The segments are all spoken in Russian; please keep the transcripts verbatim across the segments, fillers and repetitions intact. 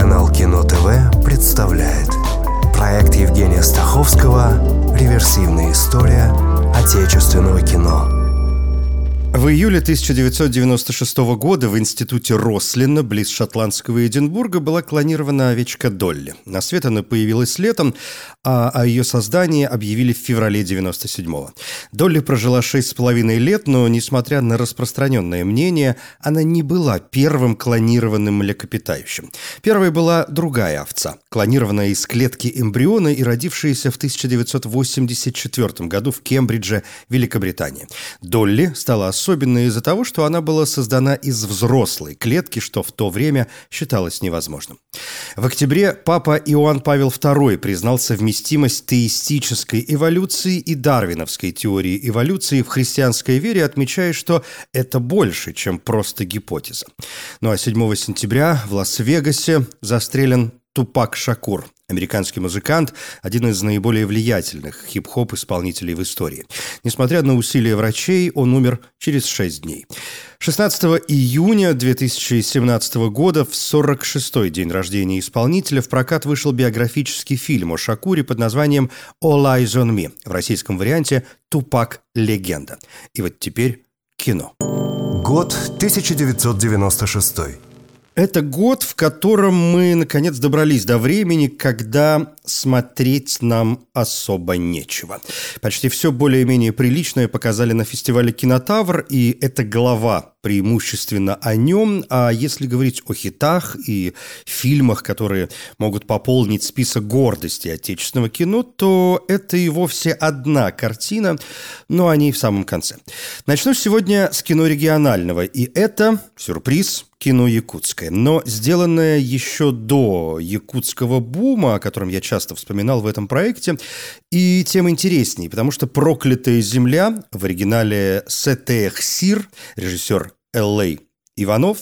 Телеканал Кино ТВ представляет проект Евгения Стаховского «Реверсивная история отечественного кино». В июле тысяча девятьсот девяносто шестого года в институте Рослина, близ шотландского Эдинбурга, была клонирована овечка Долли. На свет она появилась летом, а о ее создании объявили в феврале девяносто седьмого. Долли прожила шесть с половиной лет, но, несмотря на распространенное мнение, она не была первым клонированным млекопитающим. Первой была другая овца, клонированная из клетки эмбриона и родившаяся в тысяча девятьсот восемьдесят четвёртом году в Кембридже, Великобритания. Долли стала особенной из-за того, что она была создана из взрослой клетки, что в то время считалось невозможным. В октябре папа Иоанн Павел второй признал совместимость теистической эволюции и дарвиновской теории эволюции в христианской вере, отмечая, что это больше, чем просто гипотеза. Ну а седьмого сентября в Лас-Вегасе застрелен Тупак Шакур, американский музыкант, один из наиболее влиятельных хип-хоп-исполнителей в истории. Несмотря на усилия врачей, он умер через шесть дней. шестнадцатого июня две тысячи семнадцатого года, в сорок шестой день рождения исполнителя, в прокат вышел биографический фильм о Шакуре под названием «All Eyes on Me», в российском варианте «Тупак. Легенда». И вот теперь кино. Год тысяча девятьсот девяносто шестой. Это год, в котором мы, наконец, добрались до времени, когда смотреть нам особо нечего. Почти все более-менее приличное показали на фестивале «Кинотавр», и эта глава преимущественно о нем. А если говорить о хитах и фильмах, которые могут пополнить список гордости отечественного кино, то это и вовсе одна картина, но о ней в самом конце. Начну сегодня с кино регионального, и это, сюрприз, кино якутское, но сделанное еще до якутского бума, о котором я часто вспоминал в этом проекте, и тем интереснее, потому что «Проклятая земля», в оригинале Сетех Сир, режиссер Эл Эй Иванов,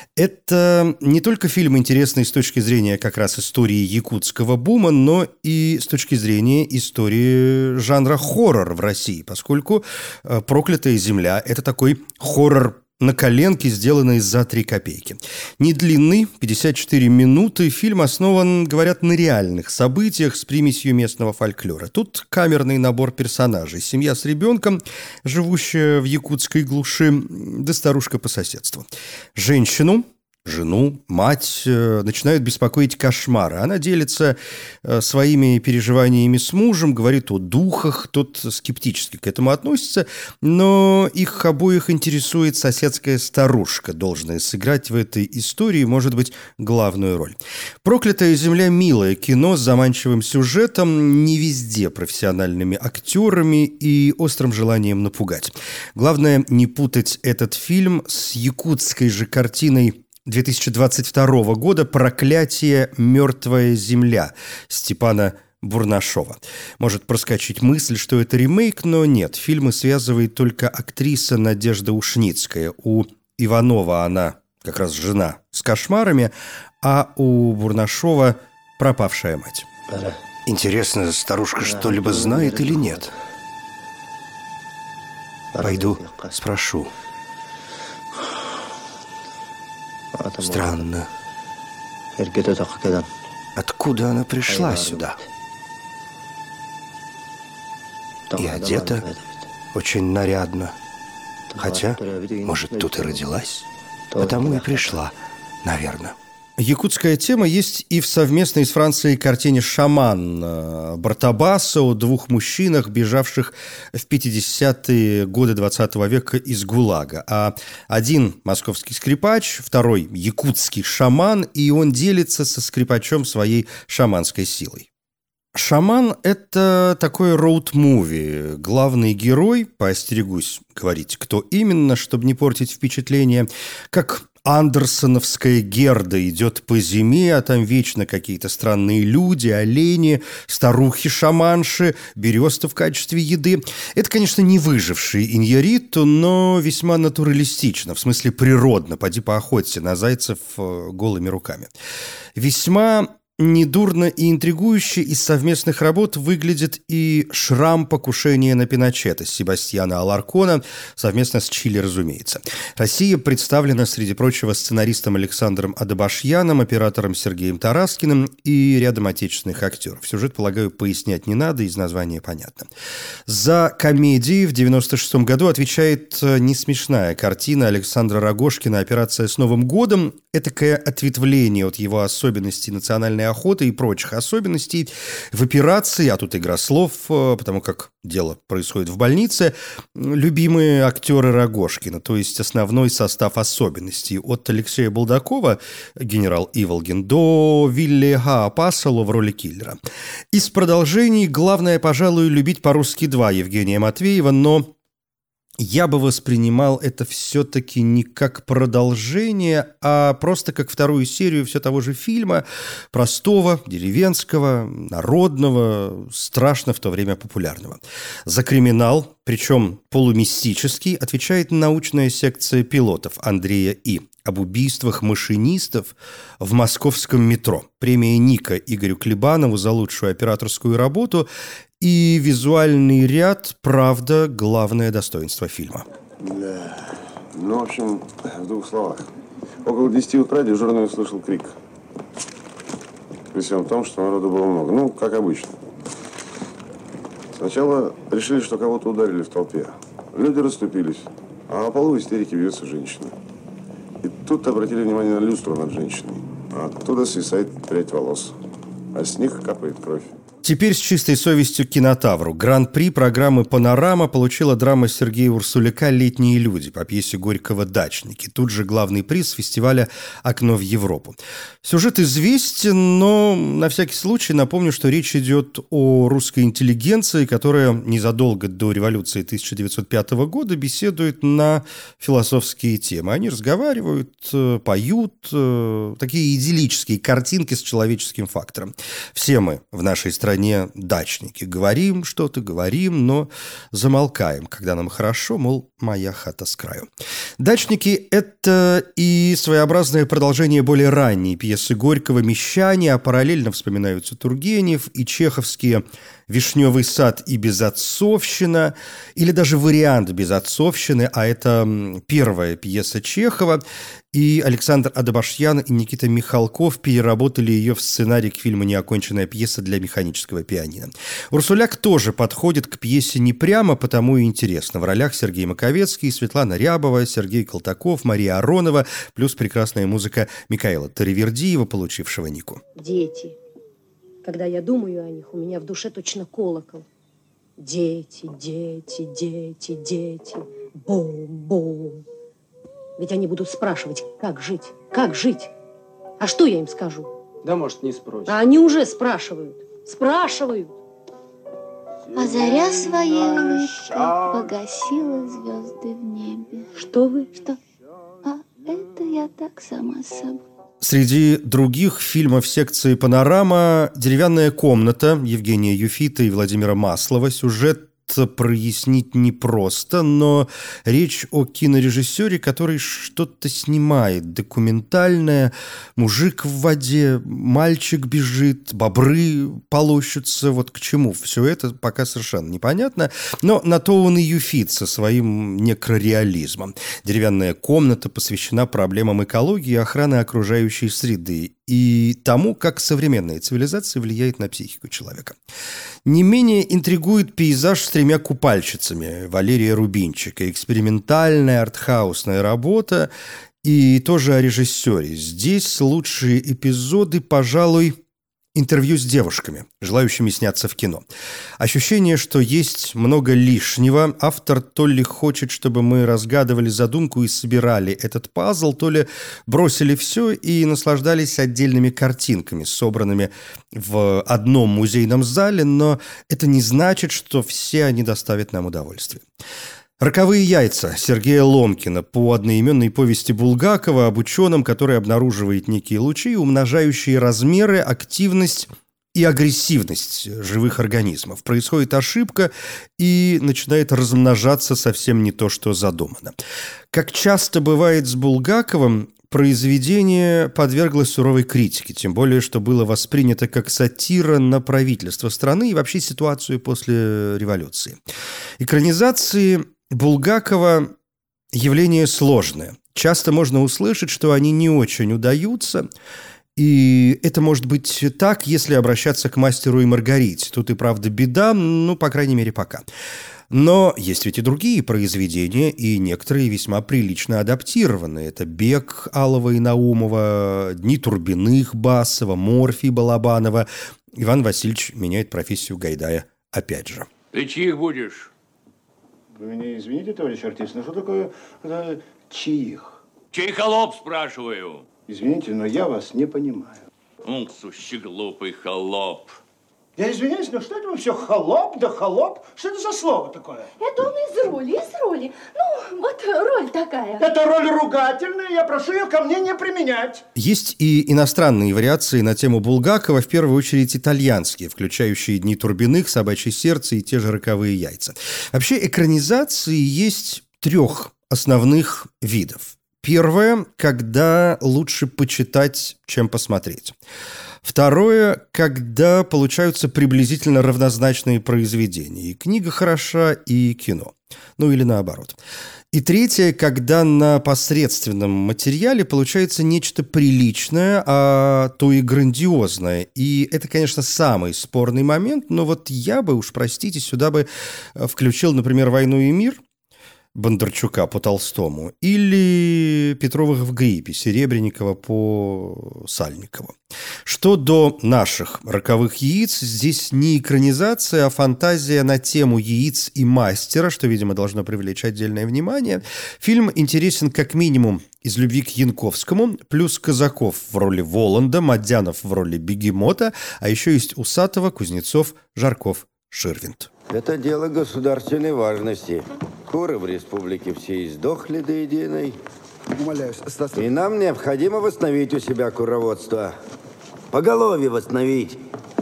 это не только фильм, интересный с точки зрения как раз истории якутского бума, но и с точки зрения истории жанра хоррор в России, поскольку «Проклятая земля» — это такой хоррор на коленке, сделанный за три копейки. Не длинный, пятьдесят четыре минуты. Фильм основан, говорят, на реальных событиях с примесью местного фольклора. Тут камерный набор персонажей. Семья с ребенком, живущая в якутской глуши, да старушка по соседству. Женщину, жену, мать начинают беспокоить кошмары. Она делится своими переживаниями с мужем, говорит о духах, тот скептически к этому относится, но их обоих интересует соседская старушка, должная сыграть в этой истории, может быть, главную роль. «Проклятая земля» — милое кино с заманчивым сюжетом, не везде профессиональными актерами и острым желанием напугать. Главное не путать этот фильм с якутской же картиной две тысячи двадцать второго года «Проклятие. Мертвая земля» Степана Бурнашова. Может проскочить мысль, что это ремейк, но нет. Фильмы связывает только актриса Надежда Ушницкая. У Иванова она как раз жена с кошмарами, а у Бурнашова пропавшая мать. Интересно, старушка что-либо знает или нет? Пойду спрошу. Странно. Откуда она пришла сюда? И одета очень нарядно. Хотя, может, тут и родилась? Потому и пришла, наверное. Якутская тема есть и в совместной с Францией картине «Шаман» Бартабаса о двух мужчинах, бежавших в пятидесятые годы двадцатого века из ГУЛАГа. А один московский скрипач, второй якутский шаман, и он делится со скрипачом своей шаманской силой. «Шаман» — это такой роуд-муви. Главный герой, поостерегусь говорить, кто именно, чтобы не портить впечатление, как андерсоновская Герда идет по зиме, а там вечно какие-то странные люди, олени, старухи-шаманши, бересты в качестве еды. Это, конечно, не выживший Иньярриту, но весьма натуралистично, в смысле природно. Поди поохоться на зайцев голыми руками. Весьма Недурно и интригующе из совместных работ выглядит и «Шрам. Покушение на Пиночета» Себастьяна Аларкона, совместно с Чили, разумеется. Россия представлена, среди прочего, сценаристом Александром Адабашьяном, оператором Сергеем Тараскиным и рядом отечественных актеров. Сюжет, полагаю, пояснять не надо, из названия понятно. За комедии в девяносто шестом году отвечает несмешная картина Александра Рогожкина «Операция с Новым годом». Этакое ответвление от его особенностей национальной охоты и прочих особенностей в операции, а тут игра слов, потому как дело происходит в больнице, любимые актеры Рогожкина, то есть основной состав особенностей. От Алексея Булдакова, генерал Иволгин, до Вилли Хаапасалу в роли киллера. Из продолжений главное, пожалуй, любить по-русски два Евгения Матвеева, но я бы воспринимал это все-таки не как продолжение, а просто как вторую серию все того же фильма, простого, деревенского, народного, страшно в то время популярного. За криминал, причем полумистический, отвечает научная секция пилотов Андрея И. Об убийствах машинистов в московском метро. Премия Ника Игорю Клебанову за лучшую операторскую работу и визуальный ряд, правда, главное достоинство фильма. Да. Ну, в общем, в двух словах. Около десяти утра дежурный услышал крик. При всем том, что народу было много. Ну, как обычно. Сначала решили, что кого-то ударили в толпе. Люди расступились, а на полу в истерике бьется женщина. И тут обратили внимание на люстру над женщиной. Оттуда свисает прядь волос, а с них капает кровь. Теперь с чистой совестью к кинотавру. Гран-при программы «Панорама» получила драма Сергея Урсуляка «Летние люди» по пьесе Горького «Дачники». Тут же главный приз фестиваля «Окно в Европу». Сюжет известен, но на всякий случай напомню, что речь идет о русской интеллигенции, которая незадолго до революции тысяча девятьсот пятого года беседует на философские темы. Они разговаривают, поют, такие идиллические картинки с человеческим фактором. Все мы в нашей стране дачники. Говорим что-то, говорим, но замолкаем, когда нам хорошо, мол, моя хата с краю. «Дачники» — это и своеобразное продолжение более ранней пьесы Горького «Мещане», а параллельно вспоминаются Тургенев и чеховские «Вишневый сад» и «Безотцовщина», или даже вариант «Безотцовщины», а это первая пьеса Чехова, и Александр Адабашьян и Никита Михалков переработали ее в сценарий к фильму «Неоконченная пьеса для механического пианино». Урсуляк тоже подходит к пьесе не прямо, потому и интересно. В ролях Сергей Маковецкий, Светлана Рябова, Сергей Колтаков, Мария Аронова, плюс прекрасная музыка Микаэла Таривердиева, получившего Нику. Дети. Когда я думаю о них, у меня в душе точно колокол. Дети, дети, дети, дети. Бум-бум. Ведь они будут спрашивать, как жить, как жить. А что я им скажу? Да, может, не спросят. А они уже спрашивают. Спрашивают. А заря своей улыбкой погасила звезды в небе. Что вы? Что? А это я так сама с собой. Среди других фильмов секции «Панорама» «Деревянная комната» Евгения Юфита и Владимира Маслова. Сюжет прояснить непросто, но речь о кинорежиссере, который что-то снимает документальное. Мужик в воде, мальчик бежит, бобры полощутся. Вот к чему все это пока совершенно непонятно. Но на то он и Юфит со своим некрореализмом. «Деревянная комната» посвящена проблемам экологии и охраны окружающей среды и тому, как современная цивилизация влияет на психику человека. Не менее интригует пейзаж с тремя купальщицами Валерия Рубинчика. Экспериментальная артхаусная работа и тоже о режиссере. Здесь лучшие эпизоды, пожалуй, интервью с девушками, желающими сняться в кино. Ощущение, что есть много лишнего. Автор то ли хочет, чтобы мы разгадывали задумку и собирали этот пазл, то ли бросили все и наслаждались отдельными картинками, собранными в одном музейном зале, но это не значит, что все они доставят нам удовольствие. «Роковые яйца» Сергея Ломкина по одноименной повести Булгакова об ученом, который обнаруживает некие лучи, умножающие размеры, активность и агрессивность живых организмов. Происходит ошибка, и начинает размножаться совсем не то, что задумано. Как часто бывает с Булгаковым, произведение подверглось суровой критике, тем более, что было воспринято как сатира на правительство страны и вообще ситуацию после революции. Экранизации Булгакова – явление сложное. Часто можно услышать, что они не очень удаются, и это может быть так, если обращаться к «Мастеру и Маргарите». Тут и правда беда, ну, по крайней мере, пока. Но есть ведь и другие произведения, и некоторые весьма прилично адаптированы. Это «Бег» Алова и Наумова, «Дни Турбиных» Басова, «Морфий» Балабанова. Иван Васильевич меняет профессию Гайдая опять же. Ты чьих будешь? Вы меня извините, товарищ артист, но что такое это, чьих? Чей холоп, спрашиваю? Извините, но я вас не понимаю. Ум, сущий глупый холоп. Я извиняюсь, но что это вы все холоп да холоп? Что это за слово такое? Это он из роли, из роли. Ну, вот роль такая. Это роль ругательная, я прошу ее ко мне не применять. Есть и иностранные вариации на тему Булгакова, в первую очередь итальянские, включающие «Дни Турбиных», «Собачье сердце» и те же «Роковые яйца». Вообще экранизации есть трех основных видов. Первое, когда лучше почитать, чем посмотреть. Второе, когда получаются приблизительно равнозначные произведения. И книга хороша, и кино. Ну или наоборот. И третье, когда на посредственном материале получается нечто приличное, а то и грандиозное. И это, конечно, самый спорный момент, но вот я бы, уж простите, сюда бы включил, например, «Войну и мир» Бондарчука по Толстому или Петровых в гриппе Серебренникова по Сальникову. Что до наших «Роковых яиц», здесь не экранизация, а фантазия на тему яиц и мастера, что, видимо, должно привлечь отдельное внимание. Фильм интересен как минимум из любви к Янковскому, плюс Казаков в роли Воланда, Мадянов в роли Бегемота, а еще есть Усатого, Кузнецов, Жарков, Ширвинд. Это дело государственной важности. Куры в республике все издохли до единой. Умоляю, Стас. И нам необходимо восстановить у себя куроводство. Поголовье восстановить.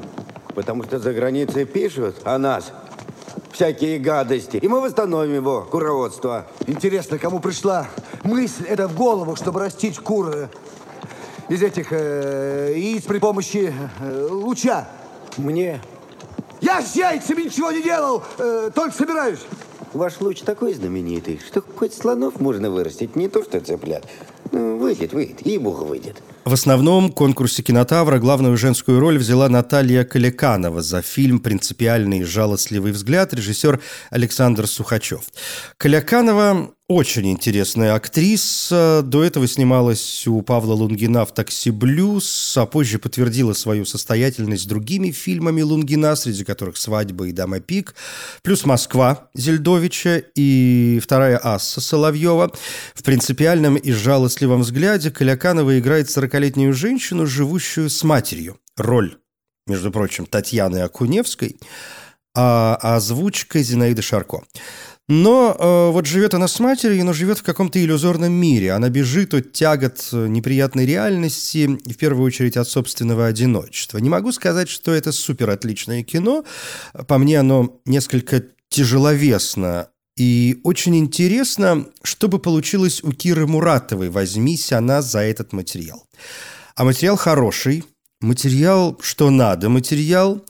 Потому что за границей пишут о нас всякие гадости. И мы восстановим его, куроводство. Интересно, кому пришла мысль это в голову, чтобы растить кур из этих э, яиц при помощи э, луча? Мне. Я с яйцами ничего не делал, э, только собираюсь. Ваш луч такой знаменитый, что хоть слонов можно вырастить, не то что цыплят. Ну, выйдет, выйдет, ей-богу выйдет. В основном в конкурсе «Кинотавра» главную женскую роль взяла Наталья Каляканова за фильм «Принципиальный и жалостливый взгляд», режиссер Александр Сухачев. Каляканова очень интересная актриса. До этого снималась у Павла Лунгина в «Такси Блюз», а позже подтвердила свою состоятельность другими фильмами Лунгина, среди которых «Свадьба» и «Дама Пик», плюс «Москва» Зельдовича и «Вторая асса» Соловьева. В «Принципиальном и жалостливом взгляде» Каляканова играет сорокалетнюю женщину, живущую с матерью. Роль, между прочим, Татьяны Окуневской, а озвучка Зинаиды Шарко. Но э, вот живет она с матерью, но живет в каком-то иллюзорном мире. Она бежит от тягот неприятной реальности, и в первую очередь от собственного одиночества. Не могу сказать, что это супер отличное кино. По мне оно несколько тяжеловесно. И очень интересно, что бы получилось у Киры Муратовой, возьмись она за этот материал. А материал хороший, материал, что надо, материал.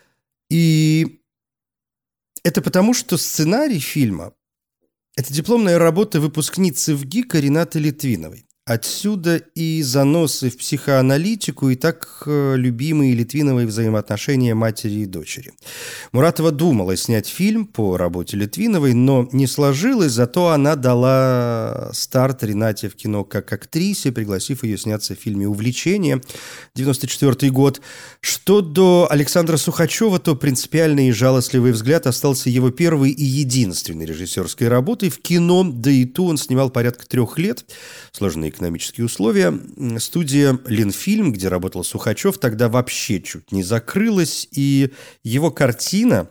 И это потому, что сценарий фильма – это дипломная работа выпускницы ВГИКа Ренаты Литвиновой. Отсюда и заносы в психоаналитику, и так любимые Литвиновой взаимоотношения матери и дочери. Муратова думала снять фильм по работе Литвиновой, но не сложилось, зато она дала старт Ренате в кино как актрисе, пригласив ее сняться в фильме «Увлечение», девяносто четвёртый год. Что до Александра Сухачева, то «Принципиальный и жалостливый взгляд» остался его первой и единственной режиссерской работой в кино, да и ту он снимал порядка трех лет. Сложные экономические условия. Студия «Ленфильм», где работал Сухачев, тогда вообще чуть не закрылась, и его картина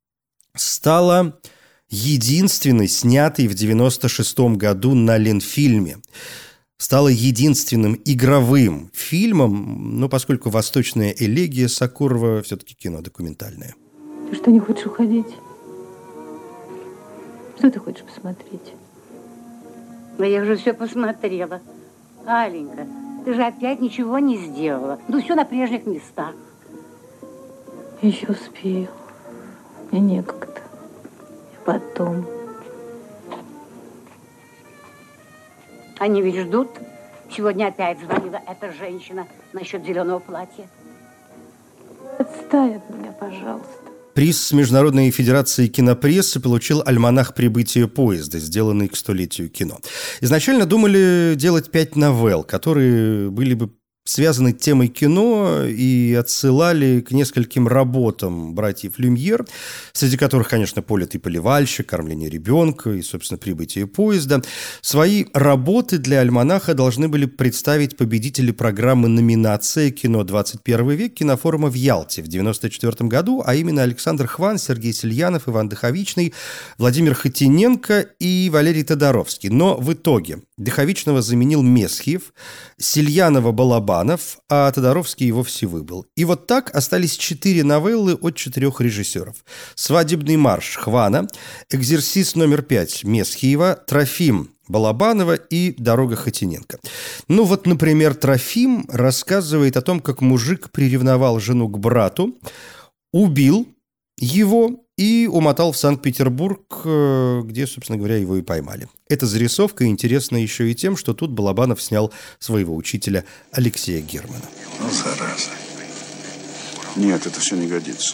стала единственной, снятой в девяносто шестом году на Ленфильме. Стала единственным игровым фильмом, но поскольку «Восточная элегия» Сокурова все-таки кино документальное. Ты что, не хочешь уходить? Что ты хочешь посмотреть? Но я уже все посмотрела. Аленька, ты же опять ничего не сделала. Ну, все на прежних местах. Еще успею. Мне некогда. И потом. Они ведь ждут. Сегодня опять звонила эта женщина насчет зеленого платья. Отстань от меня, пожалуйста. Приз Международной Федерации кинопрессы получил альманах «Прибытие поезда», сделанный к столетию кино. Изначально думали делать пять новелл, которые были бы связаны темой кино и отсылали к нескольким работам братьев Люмьер, среди которых, конечно, «Полет и поливальщик», «Кормление ребенка» и, собственно, «Прибытие поезда». Свои работы для альманаха должны были представить победители программы «Номинация. Кино двадцать первый век» кинофорума в Ялте в девяносто четвёртом году, а именно Александр Хван, Сергей Сельянов, Иван Дыховичный, Владимир Хотиненко и Валерий Тодоровский. Но в итоге Дыховичного заменил Месхиев, Сельянова – Балабанов, а Тодоровский и вовсе выбыл. И вот так остались четыре новеллы от четырех режиссеров. «Свадебный марш» Хвана, «Экзерсис номер пять» Месхиева, «Трофим» Балабанова и «Дорога» Хотиненко. Ну вот, например, «Трофим» рассказывает о том, как мужик приревновал жену к брату, убил его и умотал в Санкт-Петербург, где, собственно говоря, его и поймали. Эта зарисовка интересна еще и тем, что тут Балабанов снял своего учителя Алексея Германа. Ну, зараза. Нет, это все не годится.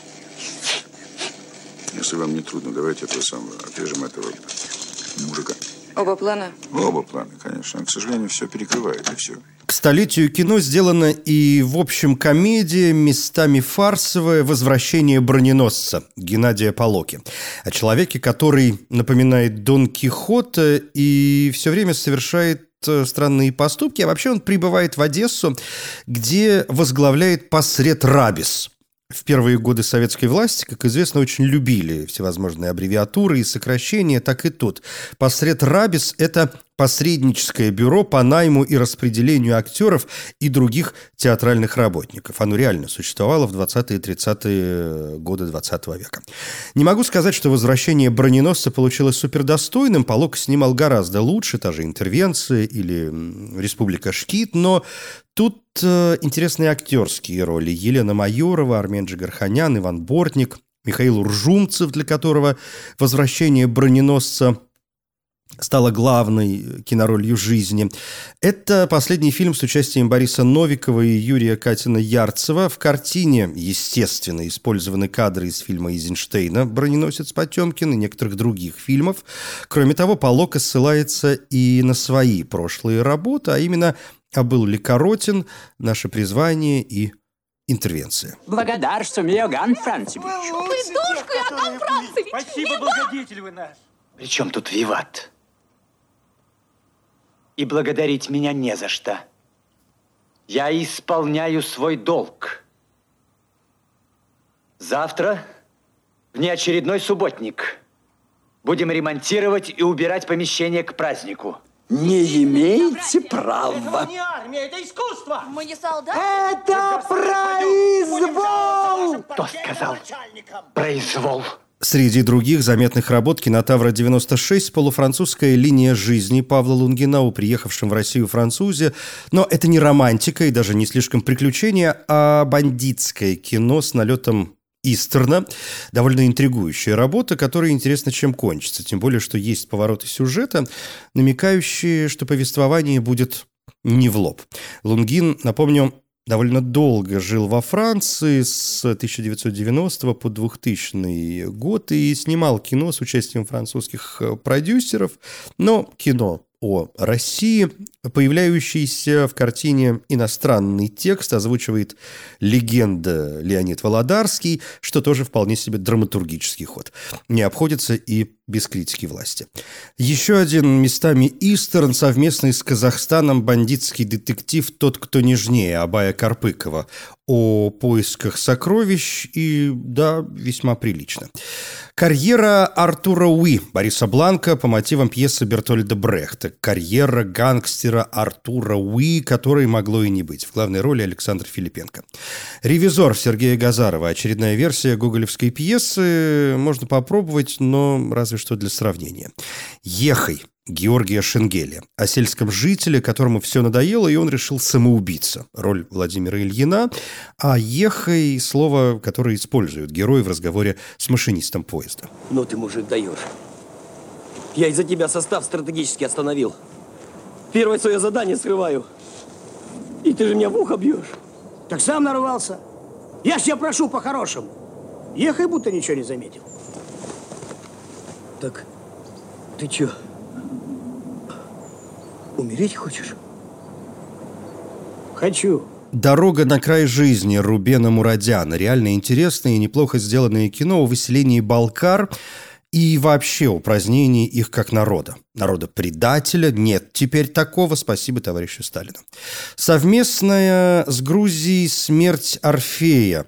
Если вам не трудно, давайте этого самого, отрежем этого мужика. Оба плана? Оба плана, конечно. К сожалению, все перекрывает, и все. К столетию кино сделано и, в общем, комедия, местами фарсовая «Возвращение броненосца» Геннадия Полоки. О человеке, который напоминает Дон Кихота и все время совершает странные поступки. А вообще он прибывает в Одессу, где возглавляет посред Рабис. В первые годы советской власти, как известно, очень любили всевозможные аббревиатуры и сокращения, так и тут. Посред Рабис – это посредническое бюро по найму и распределению актеров и других театральных работников. Оно реально существовало в двадцатые и тридцатые годы двадцатого века. Не могу сказать, что «Возвращение броненосца» получилось супердостойным. Полок снимал гораздо лучше, та же «Интервенция» или «Республика Шкит», но тут э, интересные актерские роли. Елена Майорова, Армен Джигарханян, Иван Бортник, Михаил Уржумцев, для которого «Возвращение броненосца» стала главной киноролью жизни. Это последний фильм с участием Бориса Новикова и Юрия Катина-Ярцева. В картине, естественно, использованы кадры из фильма Эйзенштейна «Броненосец Потемкин» и некоторых других фильмов. Кроме того, Полока ссылается и на свои прошлые работы, а именно «А был ли Коротин?», «Наше призвание» и «Интервенция». Благодарствуем, Иоганн Францевич. Придушка, Иоганн Францевич! Спасибо, благодетель вы наш. При чем тут виват? И благодарить меня не за что. Я исполняю свой долг. Завтра, внеочередной субботник, будем ремонтировать и убирать помещение к празднику. Не имеете права. Это не армия, это искусство. Мы не солдаты. Это произвол! Кто сказал? Произвол. Среди других заметных работ «Кинотавра-девяносто шесть» полуфранцузская линия жизни Павла Лунгина о приехавшем в Россию французе. Но это не романтика и даже не слишком приключение, а бандитское кино с налетом истерна. Довольно интригующая работа, которая интересно чем кончится. Тем более, что есть повороты сюжета, намекающие, что повествование будет не в лоб. Лунгин, напомню, довольно долго жил во Франции с тысяча девятьсот девяностого по двухтысячный год и снимал кино с участием французских продюсеров, но кино о России, появляющийся в картине иностранный текст, озвучивает легенда Леонид Володарский, что тоже вполне себе драматургический ход. Не обходится и без критики власти. Еще один местами истерн, совместный с Казахстаном бандитский детектив «Тот, кто нежнее» Абая Карпыкова о поисках сокровищ и, да, весьма прилично. Карьера Артура Уи Бориса Бланка по мотивам пьесы Бертольда Брехта. Карьера гангстера Артура Уи, которой могло и не быть. В главной роли Александр Филипенко. «Ревизор» Сергея Газарова. Очередная версия гоголевской пьесы. Можно попробовать, но разве что для сравнения. «Ехай» Георгия Шенгеля, о сельском жителе, которому все надоело, и он решил самоубиться. Роль Владимира Ильина, а «ехай» — слово, которое используют герои в разговоре с машинистом поезда. Ну ты, мужик, даешь. Я из-за тебя состав стратегически остановил. Первое свое задание срываю. И ты же меня в ухо бьешь. Так сам нарвался. Я ж тебя прошу по-хорошему. Ехай, будто ничего не заметил. Так, ты чё, умереть хочешь? Хочу. «Дорога на край жизни» Рубена Мурадяна. Реально интересное и неплохо сделанное кино о выселении Балкар и вообще упразднении их как народа. Народа-предателя. Нет теперь такого. Спасибо товарищу Сталину. Совместная с Грузией «Смерть Орфея»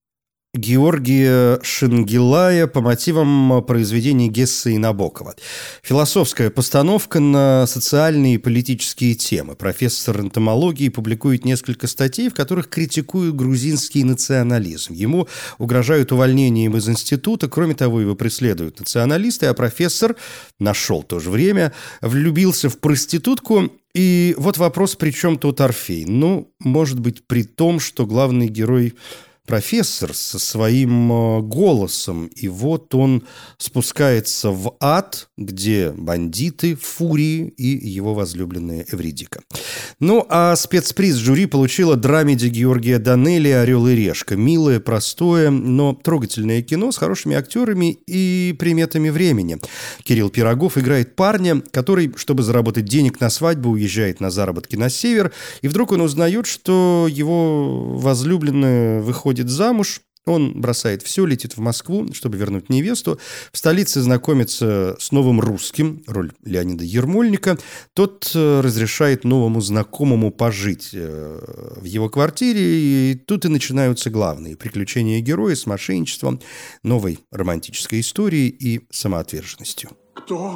Георгия Шенгелая по мотивам произведений Гесса и Набокова. Философская постановка на социальные и политические темы. Профессор энтомологии публикует несколько статей, в которых критикует грузинский национализм. Ему угрожают увольнением из института. Кроме того, его преследуют националисты, а профессор нашел в то же время, влюбился в проститутку. И вот вопрос, при чем тут Орфей? Ну, может быть, при том, что главный герой профессор со своим голосом, и вот он спускается в ад, где бандиты, фурии и его возлюбленная Эвридика. Ну, а спецприз жюри получила драмеди Георгия Данелли «Орел и решка». Милое, простое, но трогательное кино с хорошими актерами и приметами времени. Кирилл Пирогов играет парня, который, чтобы заработать денег на свадьбу, уезжает на заработки на север, и вдруг он узнает, что его возлюбленная выходит замуж. Он бросает все, летит в Москву, чтобы вернуть невесту. В столице знакомится с новым русским, роль Леонида Ермольника. Тот разрешает новому знакомому пожить в его квартире, и тут и начинаются главные приключения героя с мошенничеством, новой романтической историей и самоотверженностью. Кто?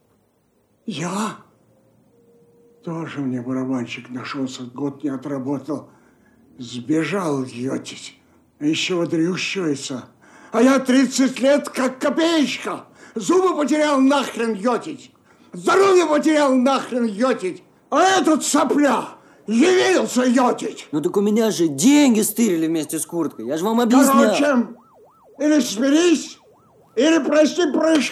Я? Тоже мне барабанщик нашелся, год не отработал. Сбежал, ётись. Еще дрющуется. А я тридцать лет как копеечка. Зубы потерял нахрен, ётить. Здоровье потерял нахрен, ётить. А этот сопля явился, ётить. Ну так у меня же деньги стырили вместе с курткой. Я же вам объяснял. Короче, или смирись, или прости прыщ.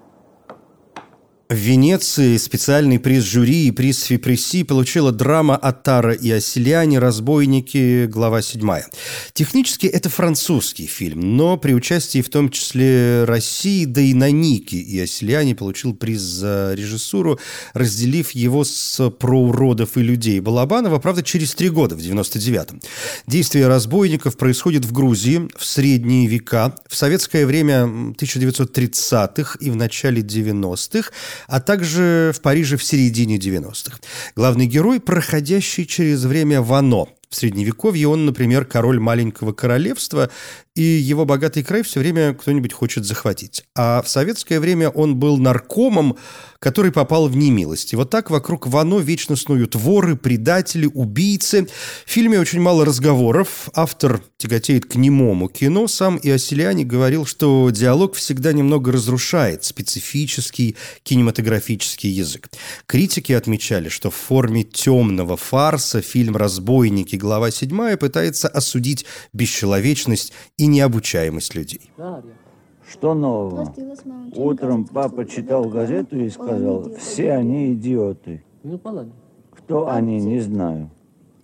В Венеции специальный приз жюри и приз Фипресси получила драма «Аттара и Оселяне. Разбойники. Глава седьмая». Технически это французский фильм, но при участии в том числе России, да и Наники и Оселяне получил приз за режиссуру, разделив его с «Про уродов и людей» Балабанова, правда, через три года, в девяносто девятом. Действие разбойников происходит в Грузии в средние века, в советское время тысяча девятьсот тридцатых и в начале девяностых, а также в Париже в середине девяностых. Главный герой, проходящий через время Вано. В Средневековье он, например, король маленького королевства, и его богатый край все время кто-нибудь хочет захватить. А в советское время он был наркомом, который попал в немилость. И вот так вокруг Вано вечно снуют воры, предатели, убийцы. В фильме очень мало разговоров. Автор тяготеет к немому кино. Сам Иоселяни говорил, что диалог всегда немного разрушает специфический кинематографический язык. Критики отмечали, что в форме темного фарса фильм «Разбойники. Глава седьмая» пытается осудить бесчеловечность и необучаемость людей. Что нового? Утром папа читал газету и сказал, все они идиоты. Кто они, не знаю.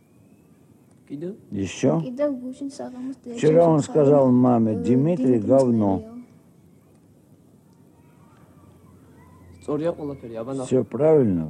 Еще? Вчера он сказал маме, Дмитрий говно. Все правильно?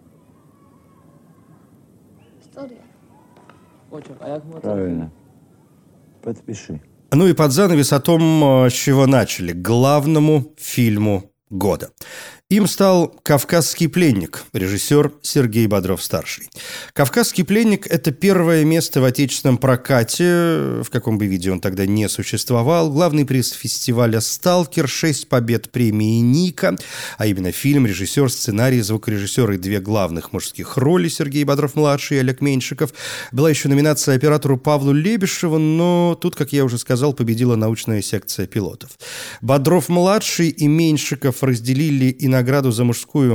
Правильно. Подпиши. Ну и под занавес о том, с чего начали. К главному фильму года. Им стал «Кавказский пленник», режиссер Сергей Бодров-старший. «Кавказский пленник» — это первое место в отечественном прокате, в каком бы виде он тогда не существовал. Главный приз фестиваля «Сталкер», шесть побед премии «Ника», а именно фильм, режиссер, сценарий, звукорежиссер и две главных мужских роли Сергей Бодров-младший и Олег Меньшиков. Была еще номинация оператору Павлу Лебешеву, но тут, как я уже сказал, победила научная секция пилотов. Бодров-младший и Меньшиков разделили и награду за мужскую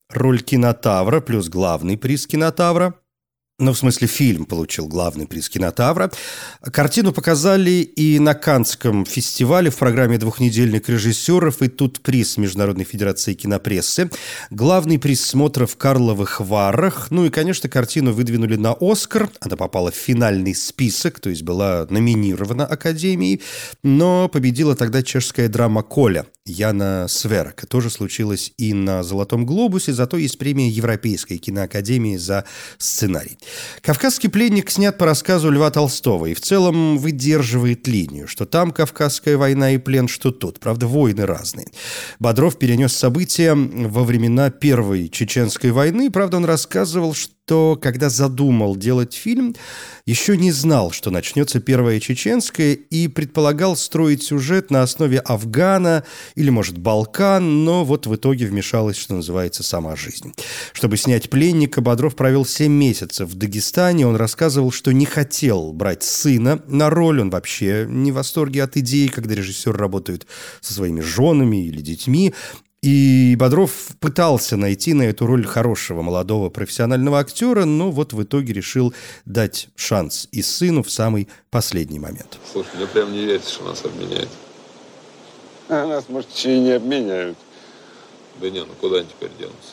роль Кинотавра плюс главный приз Кинотавра. Ну, в смысле, фильм получил главный приз Кинотавра. Картину показали и на Каннском фестивале в программе «Двухнедельник режиссеров», и тут приз Международной федерации кинопрессы. Главный приз смотра в Карловых Варах. Ну и, конечно, картину выдвинули на «Оскар». Она попала в финальный список, то есть была номинирована Академией. Но победила тогда чешская драма «Коля» Яна Сверка. Тоже случилось и на «Золотом глобусе», зато есть премия Европейской киноакадемии за сценарий. «Кавказский пленник» снят по рассказу Льва Толстого и в целом выдерживает линию, что там Кавказская война и плен, что тут. Правда, войны разные. Бодров перенес события во времена Первой Чеченской войны. Правда, он рассказывал, что когда задумал делать фильм, еще не знал, что начнется Первая Чеченская, и предполагал строить сюжет на основе Афгана или, может, Балкан, но вот в итоге вмешалась, что называется, сама жизнь. Чтобы снять «Пленника», Бодров провел семь месяцев в Дагестане. Он рассказывал, что не хотел брать сына на роль. Он вообще не в восторге от идеи, когда режиссер работает со своими женами или детьми. И Бодров пытался найти на эту роль хорошего молодого профессионального актера, но вот в итоге решил дать шанс и сыну в самый последний момент. Слушай, мне прям не верится, что нас обменяют. А нас, может, еще и не обменяют. Да не, ну куда они теперь денутся?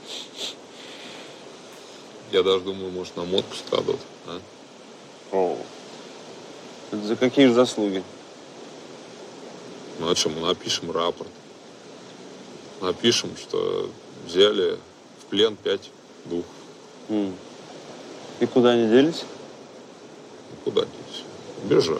Я даже думаю, может, нам отпуск дадут, а? О, это за какие же заслуги? Ну, а что, мы напишем рапорт. Напишем, что взяли в плен пять дух. Mm. И куда они делись? Ну, куда делись? Бежали.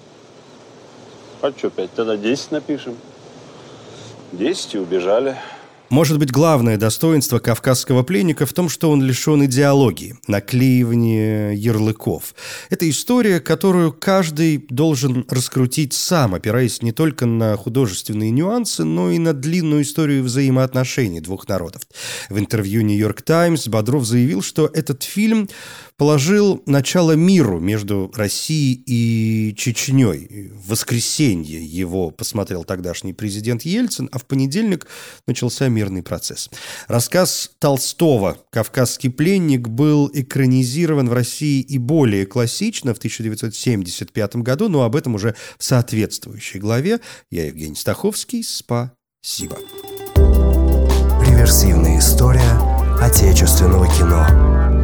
А что, пять? Тогда десять напишем. Десять и убежали. Может быть, главное достоинство «Кавказского пленника» в том, что он лишен идеологии, наклеивания ярлыков. Это история, которую каждый должен раскрутить сам, опираясь не только на художественные нюансы, но и на длинную историю взаимоотношений двух народов. В интервью «Нью-Йорк Таймс» Бодров заявил, что этот фильм положил начало миру между Россией и Чечней. В воскресенье его посмотрел тогдашний президент Ельцин, а в понедельник начался мирный процесс. Рассказ Толстого «Кавказский пленник» был экранизирован в России и более классично в тысяча девятьсот семьдесят пятом году, но об этом уже в соответствующей главе. Я Евгений Стаховский. Спасибо. Реверсивная история отечественного кино.